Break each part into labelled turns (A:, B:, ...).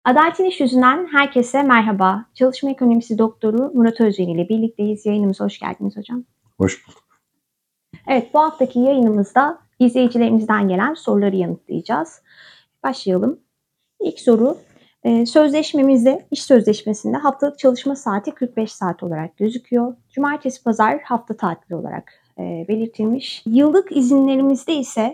A: Adaletin İş Yüzünden herkese merhaba. Çalışma Ekonomisi Doktoru Murat Özcan ile birlikteyiz. Yayınımıza hoş geldiniz hocam.
B: Hoş bulduk.
A: Evet, bu haftaki yayınımızda izleyicilerimizden gelen soruları yanıtlayacağız. Başlayalım. İlk soru, sözleşmemizde, iş sözleşmesinde haftalık çalışma saati 45 saat olarak gözüküyor. Cumartesi, pazar hafta tatili olarak belirtilmiş. Yıllık izinlerimizde ise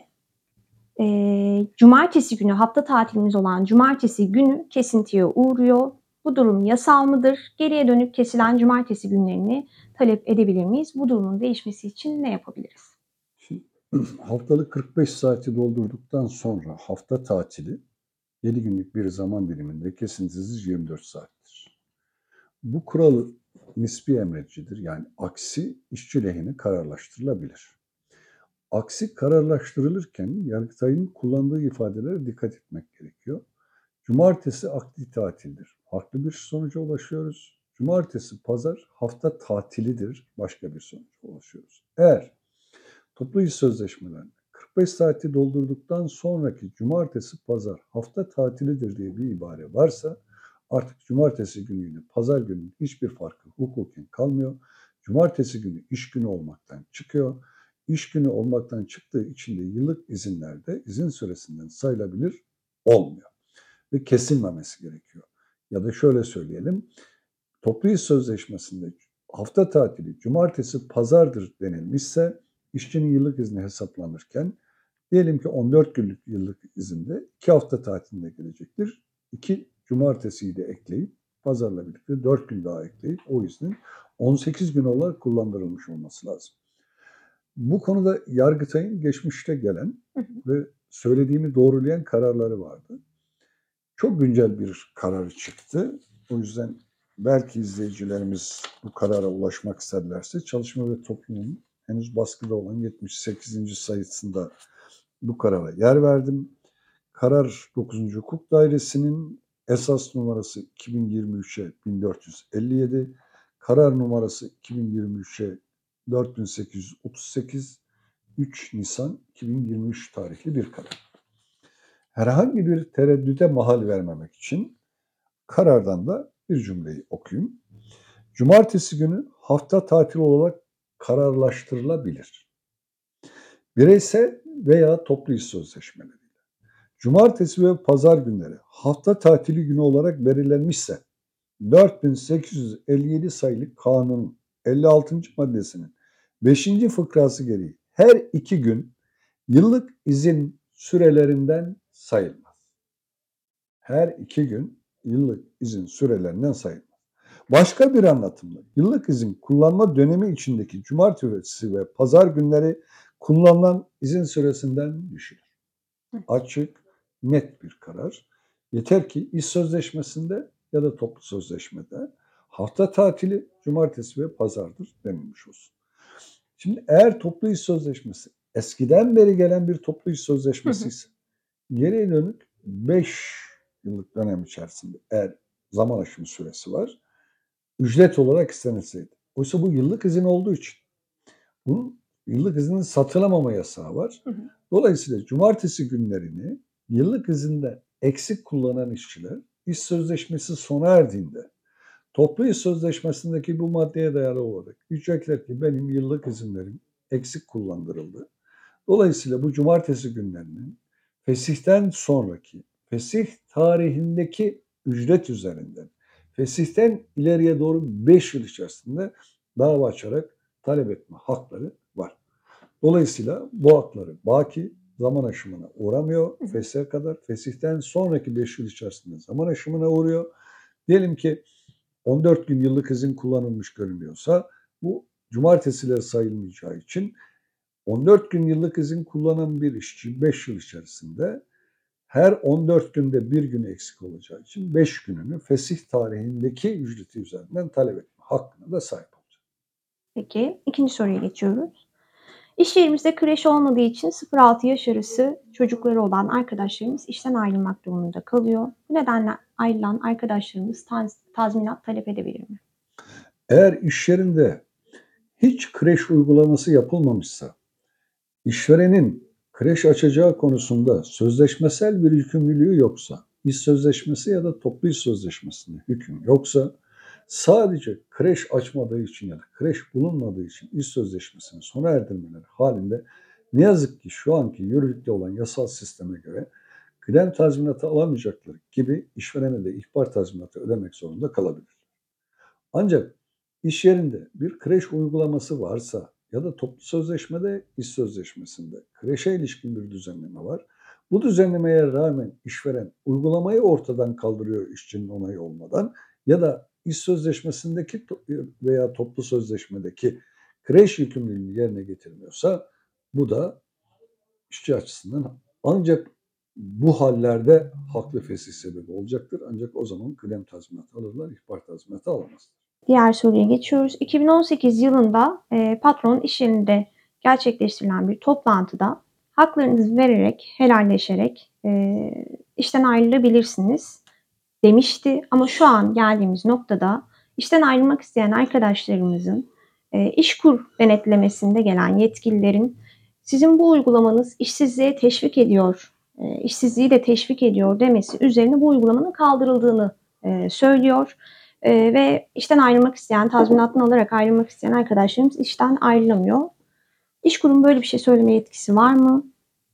A: cumartesi günü hafta tatilimiz olan cumartesi günü kesintiye uğruyor. Bu durum yasal mıdır? Geriye dönük kesilen cumartesi günlerini talep edebilir miyiz? Bu durumun değişmesi için ne yapabiliriz?
B: Şimdi, haftalık 45 saati doldurduktan sonra hafta tatili 7 günlük bir zaman diliminde kesintisiz 24 saattir. Bu kuralı nispi emretçidir. Yani aksi işçi lehine kararlaştırılabilir. Aksi kararlaştırılırken Yargıtay'ın kullandığı ifadelere dikkat etmek gerekiyor. Cumartesi akdi tatildir. Farklı bir sonuca ulaşıyoruz. Cumartesi, pazar hafta tatilidir. Başka bir sonuca ulaşıyoruz. Eğer toplu iş sözleşmelerinde 45 saati doldurduktan sonraki cumartesi, pazar hafta tatilidir diye bir ibare varsa artık cumartesi günüyle pazar gününün hiçbir farkı hukuken kalmıyor. Cumartesi günü iş günü olmaktan çıkıyor. İş günü olmaktan çıktığı için de yıllık izinlerde izin süresinden sayılabilir olmuyor ve kesilmemesi gerekiyor. Ya da şöyle söyleyelim, toplu iş sözleşmesinde hafta tatili cumartesi pazardır denilmişse işçinin yıllık izni hesaplanırken diyelim ki 14 günlük yıllık izinde 2 hafta tatilinde gelecektir. 2 cumartesiyi de ekleyip pazarla birlikte 4 gün daha ekleyip o iznin 18 gün olarak kullandırılmış olması lazım. Bu konuda Yargıtay'ın geçmişte gelen ve söylediğimi doğrulayan kararları vardı. Çok güncel bir karar çıktı. O yüzden belki izleyicilerimiz bu karara ulaşmak isterlerse Çalışma ve Toplum'un henüz baskıda olan 78. sayısında bu karara yer verdim. Karar 9. Hukuk Dairesi'nin esas numarası 2023'e 1457, karar numarası 2023'e 4838, 3 Nisan 2023 tarihli bir karar. Herhangi bir tereddüte mahal vermemek için karardan da bir cümleyi okuyayım. Cumartesi günü hafta tatili olarak kararlaştırılabilir. Bireysel veya toplu iş sözleşmeleriyle. Cumartesi ve pazar günleri hafta tatili günü olarak belirlenmişse 4857 sayılı kanunun 56. maddesinin 5. fıkrası gereği her 2 gün yıllık izin sürelerinden sayılmaz. Her 2 gün yıllık izin sürelerinden sayılmaz. Başka bir anlatımda yıllık izin kullanma dönemi içindeki cumartesi ve pazar günleri kullanılan izin süresinden düşülür. Açık, net bir karar. Yeter ki iş sözleşmesinde ya da toplu sözleşmede hafta tatili cumartesi ve pazardır denilmiş olsun. Şimdi eğer toplu iş sözleşmesi eskiden beri gelen bir toplu iş sözleşmesi ise geriye dönük 5 yıllık dönem içerisinde eğer zaman aşımı süresi var, ücret olarak istenilseydi. Oysa bu yıllık izin olduğu için bunun yıllık iznin satılamama yasağı var. Dolayısıyla cumartesi günlerini yıllık izinde eksik kullanan işçiler iş sözleşmesi sona erdiğinde toplu iş sözleşmesindeki bu maddeye dayalı olarak diyecekler ki benim yıllık izinlerim eksik kullandırıldı. Dolayısıyla bu cumartesi günlerinin fesihten sonraki, fesih tarihindeki ücret üzerinden, fesihten ileriye doğru 5 yıl içerisinde dava açarak talep etme hakları var. Dolayısıyla bu hakları baki zaman aşımına uğramıyor fesihe kadar. Fesihten sonraki 5 yıl içerisinde zaman aşımına uğruyor. Diyelim ki 14 gün yıllık izin kullanılmış görünüyorsa bu cumartesileri sayılmayacağı için 14 gün yıllık izin kullanan bir işçi 5 yıl içerisinde her 14 günde bir gün eksik olacağı için 5 gününü fesih tarihindeki ücreti üzerinden talep etme hakkına da sahip olacak.
A: Peki, ikinci soruya geçiyoruz. İş yerimizde kreş olmadığı için 0-6 yaş arası çocukları olan arkadaşlarımız işten ayrılmak durumunda kalıyor. Bu nedenle ayrılan arkadaşlarımız tazminat talep edebilir mi?
B: Eğer iş yerinde hiç kreş uygulaması yapılmamışsa, işverenin kreş açacağı konusunda sözleşmesel bir yükümlülüğü yoksa, iş sözleşmesi ya da toplu iş sözleşmesinde hüküm yoksa sadece kreş açmadığı için ya da kreş bulunmadığı için iş sözleşmesini sona erdirmeleri halinde ne yazık ki şu anki yürürlükte olan yasal sisteme göre kıdem tazminatı alamayacakları gibi işverene de ihbar tazminatı ödemek zorunda kalabilir. Ancak iş yerinde bir kreş uygulaması varsa ya da toplu sözleşmede, iş sözleşmesinde kreşe ilişkin bir düzenleme var. Bu düzenlemeye rağmen işveren uygulamayı ortadan kaldırıyor işçinin onayı olmadan ya da iş sözleşmesindeki veya toplu sözleşmedeki kreş yükümlülüğünü yerine getirmiyorsa bu da işçi açısından ancak bu hallerde haklı fesih sebebi olacaktır. Ancak o zaman kıdem tazminatı alırlar, ihbar tazminatı alamazlar.
A: Diğer soruya geçiyoruz. 2018 yılında patron iş yerinde gerçekleştirilen bir toplantıda haklarınızı vererek, helalleşerek işten ayrılabilirsiniz demişti. Ama şu an geldiğimiz noktada işten ayrılmak isteyen arkadaşlarımızın İşkur denetlemesinde gelen yetkililerin sizin bu uygulamanız işsizliğe teşvik ediyor, işsizliği de teşvik ediyor demesi üzerine bu uygulamanın kaldırıldığını söylüyor. Ve işten ayrılmak isteyen, tazminatını alarak ayrılmak isteyen arkadaşlarımız işten ayrılamıyor. İşkur'un böyle bir şey söyleme yetkisi var mı?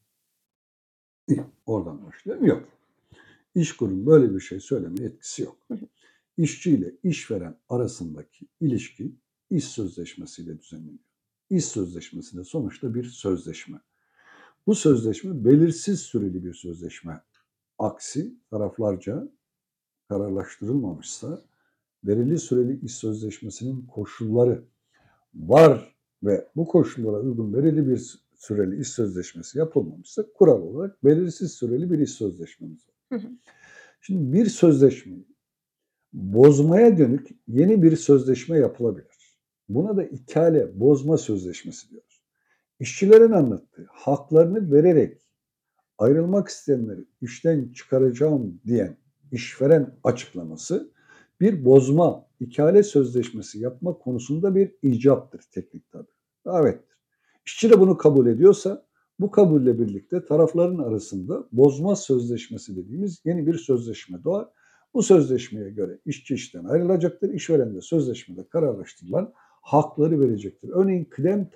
B: Oradan başlayalım. Yok. İşkur'un böyle bir şey söyleme yetkisi yok. İşçi ile işveren arasındaki ilişki iş sözleşmesiyle düzenleniyor. İş sözleşmesi de sonuçta bir sözleşme. Bu sözleşme belirsiz süreli bir sözleşme. Aksi taraflarca kararlaştırılmamışsa belirli süreli iş sözleşmesinin koşulları var ve bu koşullara uygun belirli bir süreli iş sözleşmesi yapılmamışsa kural olarak belirsiz süreli bir iş sözleşmemiz var. Şimdi bir sözleşmeyi bozmaya dönük yeni bir sözleşme yapılabilir. Buna da ikale, bozma sözleşmesi diyoruz. İşçilerin anlattığı haklarını vererek ayrılmak isteyenleri işten çıkaracağım diyen işveren açıklaması bir bozma, ikale sözleşmesi yapma konusunda bir icaptır teknik tabi. Davettir. İşçi de bunu kabul ediyorsa bu kabulle birlikte tarafların arasında bozma sözleşmesi dediğimiz yeni bir sözleşme doğar. Bu sözleşmeye göre işçi işten ayrılacaktır. İşveren de sözleşmede kararlaştırılan hakları verecektir. Örneğin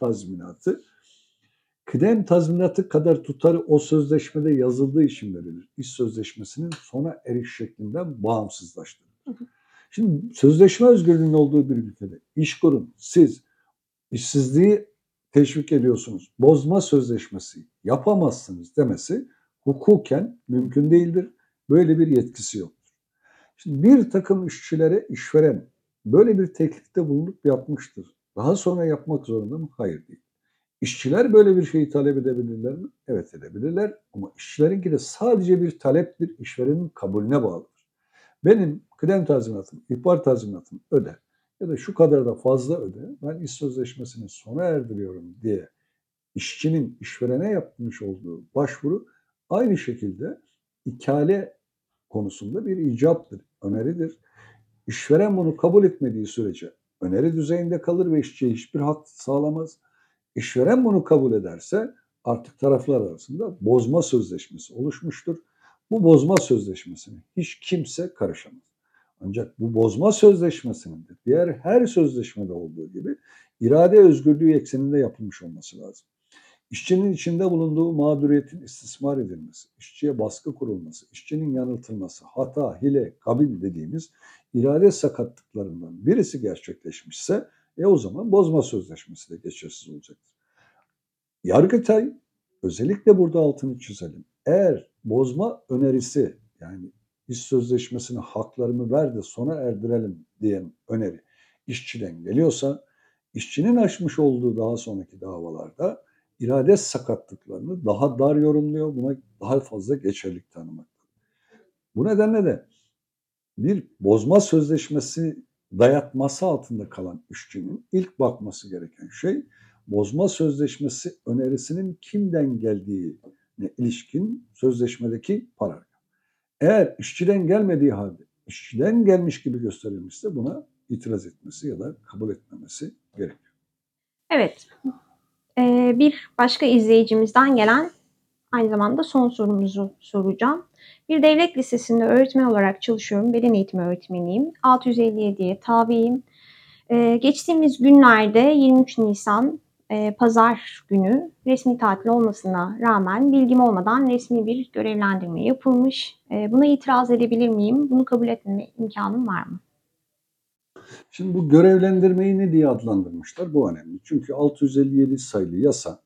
B: kıdem tazminatı kadar tutarı o sözleşmede yazıldığı için verilir. İş sözleşmesinin sona eriş şeklinden bağımsızlaştırılır. Şimdi sözleşme özgürlüğünün olduğu bir ülkede İşkur'un siz işsizliği teşvik ediyorsunuz, bozma sözleşmesi yapamazsınız demesi hukuken mümkün değildir. Böyle bir yetkisi yoktur. Şimdi bir takım işçilere işveren böyle bir teklifte bulunup yapmıştır. Daha sonra yapmak zorunda mı? Hayır değil. İşçiler böyle bir şeyi talep edebilirler mi? Evet edebilirler ama işçilerinki de sadece bir taleptir, işverenin kabulüne bağlıdır. Benim kıdem tazminatım, ihbar tazminatım öde ya da şu kadar da fazla öde, ben iş sözleşmesini sona erdiriyorum diye işçinin işverene yapmış olduğu başvuru aynı şekilde ikale konusunda bir icaptır, öneridir. İşveren bunu kabul etmediği sürece öneri düzeyinde kalır ve işçiye hiçbir hak sağlamaz. İşveren bunu kabul ederse artık taraflar arasında bozma sözleşmesi oluşmuştur. Bu bozma sözleşmesine hiç kimse karışamaz. Ancak bu bozma sözleşmesinin de diğer her sözleşmede olduğu gibi irade özgürlüğü ekseninde yapılmış olması lazım. İşçinin içinde bulunduğu mağduriyetin istismar edilmesi, işçiye baskı kurulması, işçinin yanıltılması, hata, hile, kabil dediğimiz irade sakatlıklarından birisi gerçekleşmişse o zaman bozma sözleşmesi de geçersiz olacaktır. Yargıtay özellikle burada altını çizelim. Eğer bozma önerisi yani iş sözleşmesine haklarımı ver de sona erdirelim diyen öneri işçiden geliyorsa işçinin açmış olduğu daha sonraki davalarda irade sakatlıklarını daha dar yorumluyor. Buna daha fazla geçerlilik tanımaktadır. Bu nedenle de bir bozma sözleşmesi dayatması altında kalan işçinin ilk bakması gereken şey bozma sözleşmesi önerisinin kimden geldiğine ilişkin sözleşmedeki paragraf. Eğer işçiden gelmediği halde işçiden gelmiş gibi gösterilmişse buna itiraz etmesi ya da kabul etmemesi gerekiyor.
A: Evet, bir başka izleyicimizden gelen Aynı zamanda son sorumuzu soracağım. Bir devlet lisesinde öğretmen olarak çalışıyorum. Beden eğitimi öğretmeniyim. 657'ye tabiyim. Geçtiğimiz günlerde 23 Nisan pazar günü resmi tatil olmasına rağmen bilgim olmadan resmi bir görevlendirme yapılmış. Buna itiraz edebilir miyim? Bunu kabul etmeme imkanım var mı?
B: Şimdi bu görevlendirmeyi ne diye adlandırmışlar? Bu önemli. Çünkü 657 sayılı yasa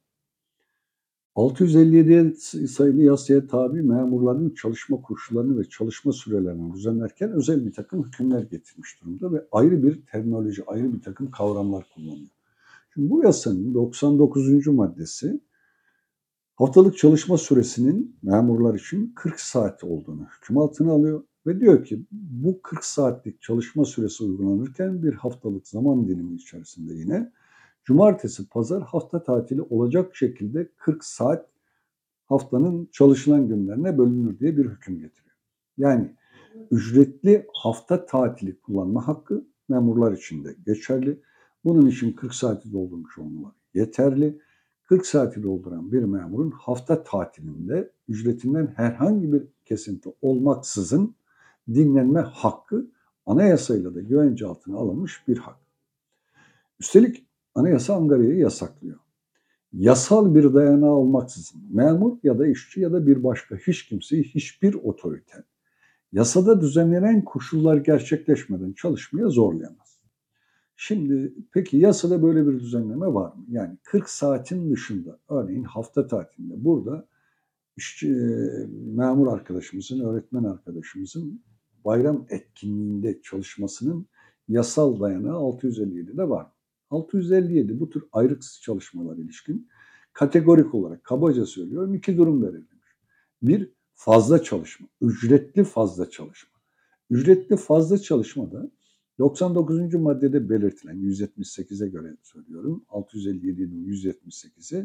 B: 657 sayılı yasaya tabi memurların çalışma koşullarını ve çalışma sürelerini düzenlerken özel bir takım hükümler getirmiş durumda ve ayrı bir terminoloji, ayrı bir takım kavramlar kullanıyor. Şimdi bu yasanın 99. maddesi haftalık çalışma süresinin memurlar için 40 saat olduğunu hüküm altına alıyor ve diyor ki bu 40 saatlik çalışma süresi uygulanırken bir haftalık zaman dilimi içerisinde yine cumartesi, pazar hafta tatili olacak şekilde 40 saat haftanın çalışılan günlerine bölünür diye bir hüküm getiriyor. Yani ücretli hafta tatili kullanma hakkı memurlar için de geçerli. Bunun için 40 saati doldurmuş olmaları yeterli. 40 saati dolduran bir memurun hafta tatilinde ücretinden herhangi bir kesinti olmaksızın dinlenme hakkı anayasayla da güvence altına alınmış bir hak. Üstelik anayasa angaryayı yasaklıyor. Yasal bir dayanağı olmaksızın memur ya da işçi ya da bir başka hiç kimseyi hiçbir otorite yasada düzenlenen koşullar gerçekleşmeden çalışmaya zorlayamaz. Şimdi peki yasada böyle bir düzenleme var mı? Yani 40 saatin dışında örneğin hafta tatilinde burada işçi, memur arkadaşımızın, öğretmen arkadaşımızın bayram etkinliğinde çalışmasının yasal dayanağı 657'de var. 657 bu tür ayrıksız çalışmalar ilişkin kategorik olarak kabaca söylüyorum iki durum belirlemiş. Bir, fazla çalışma, ücretli fazla çalışma. Ücretli fazla çalışmada 99. maddede belirtilen 178'e göre söylüyorum. 657'nin 178'i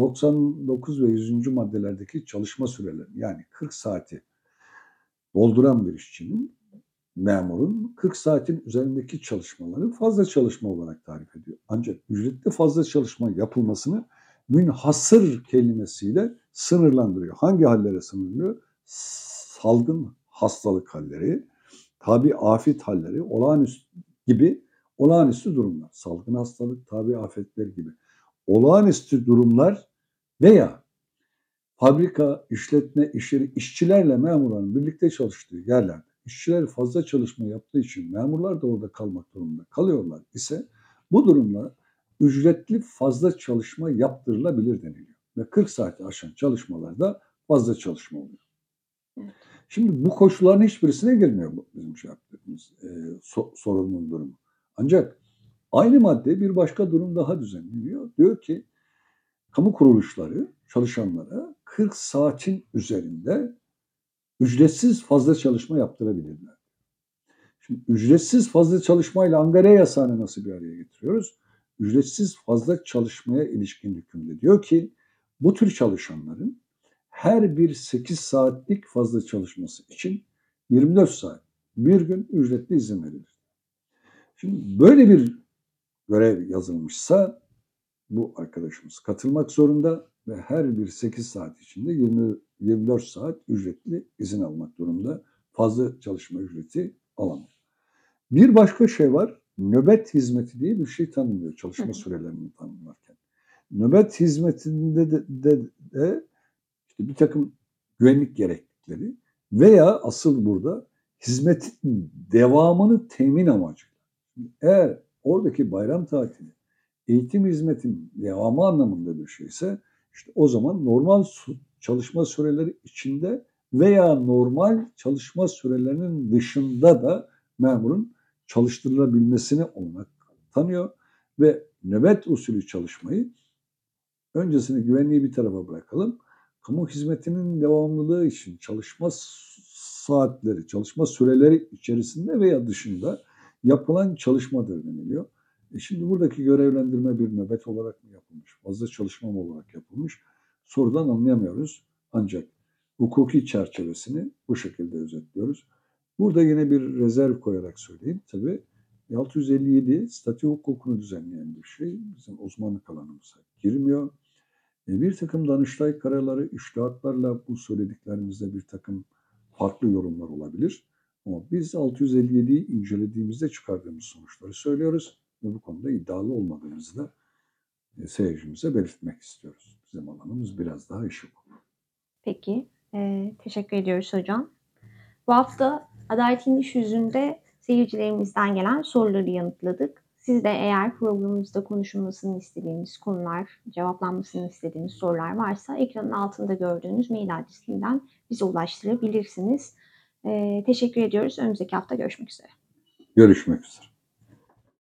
B: 99 ve 100. maddelerdeki çalışma süreleri yani 40 saati dolduran bir işçinin, memurun 40 saatin üzerindeki çalışmaları fazla çalışma olarak tarif ediyor. Ancak ücretli fazla çalışma yapılmasını münhasır kelimesiyle sınırlandırıyor. Hangi hallere sınırlıyor? Salgın hastalık halleri, tabi afet halleri, olağanüstü durumlar, salgın hastalık, tabi afetler gibi olağanüstü durumlar veya fabrika, işletme, iş yeri, işçilerle memurların birlikte çalıştığı yerlerde işçiler fazla çalışma yaptığı için memurlar da orada kalmak durumunda kalıyorlar ise bu durumda ücretli fazla çalışma yaptırılabilir deniliyor. Ve 40 saati aşan çalışmalarda fazla çalışma oluyor.
A: Evet.
B: Şimdi bu koşulların hiçbirisine girmiyor bizim şey yaptığımız sorunun durumu. Ancak aynı madde bir başka durum daha düzenleniyor. Diyor ki kamu kuruluşları çalışanlara 40 saatin üzerinde ücretsiz fazla çalışma yaptırabilirler. Şimdi ücretsiz fazla çalışmayla angarya yasağını nasıl bir araya getiriyoruz? Ücretsiz fazla çalışmaya ilişkin hükümde diyor ki bu tür çalışanların her bir 8 saatlik fazla çalışması için 24 saat bir gün ücretli izin verilir. Şimdi böyle bir görev yazılmışsa bu arkadaşımız katılmak zorunda ve her bir 8 saat içinde 24 saat ücretli izin almak durumunda. Fazla çalışma ücreti alamıyor. Bir başka şey var. Nöbet hizmeti diye bir şey tanımlıyor çalışma sürelerini tanımlarken. Nöbet hizmetinde de işte bir takım güvenlik gereklilikleri veya asıl burada hizmetin devamını temin amacıyla. Eğer oradaki bayram tatili eğitim hizmetinin devamı anlamında bir şeyse işte o zaman normal çalışma süreleri içinde veya normal çalışma sürelerinin dışında da memurun çalıştırılabilmesine olanak tanıyor ve nöbet usulü çalışmayı öncesinde güvenliği bir tarafa bırakalım. Kamu hizmetinin devamlılığı için çalışma saatleri, çalışma süreleri içerisinde veya dışında yapılan çalışmadır deniliyor. Şimdi buradaki görevlendirme bir nöbet olarak mı yapılmış, fazla çalışma mı olarak yapılmış sorudan anlayamıyoruz. Ancak hukuki çerçevesini bu şekilde özetliyoruz. Burada yine bir rezerv koyarak söyleyeyim. Tabii 657 statü hukukunu düzenleyen bir şey. Bizim uzmanlık alanımıza girmiyor. Bir takım Danıştay kararları, içtihatlarla bu söylediklerimizde bir takım farklı yorumlar olabilir. Ama biz 657'yi incelediğimizde çıkardığımız sonuçları söylüyoruz ve bu konuda iddialı olmadığımızı da seyircimize belirtmek istiyoruz. Bizim alanımız biraz daha iş hukuku.
A: Peki, teşekkür ediyoruz hocam. Bu hafta Adaletin İş Yüzü'nde seyircilerimizden gelen soruları yanıtladık. Siz de eğer programımızda konuşulmasını istediğiniz konular, cevaplanmasını istediğiniz sorular varsa ekranın altında gördüğünüz mail adresinden bize ulaştırabilirsiniz. Teşekkür ediyoruz. Önümüzdeki hafta görüşmek üzere.
B: Görüşmek üzere.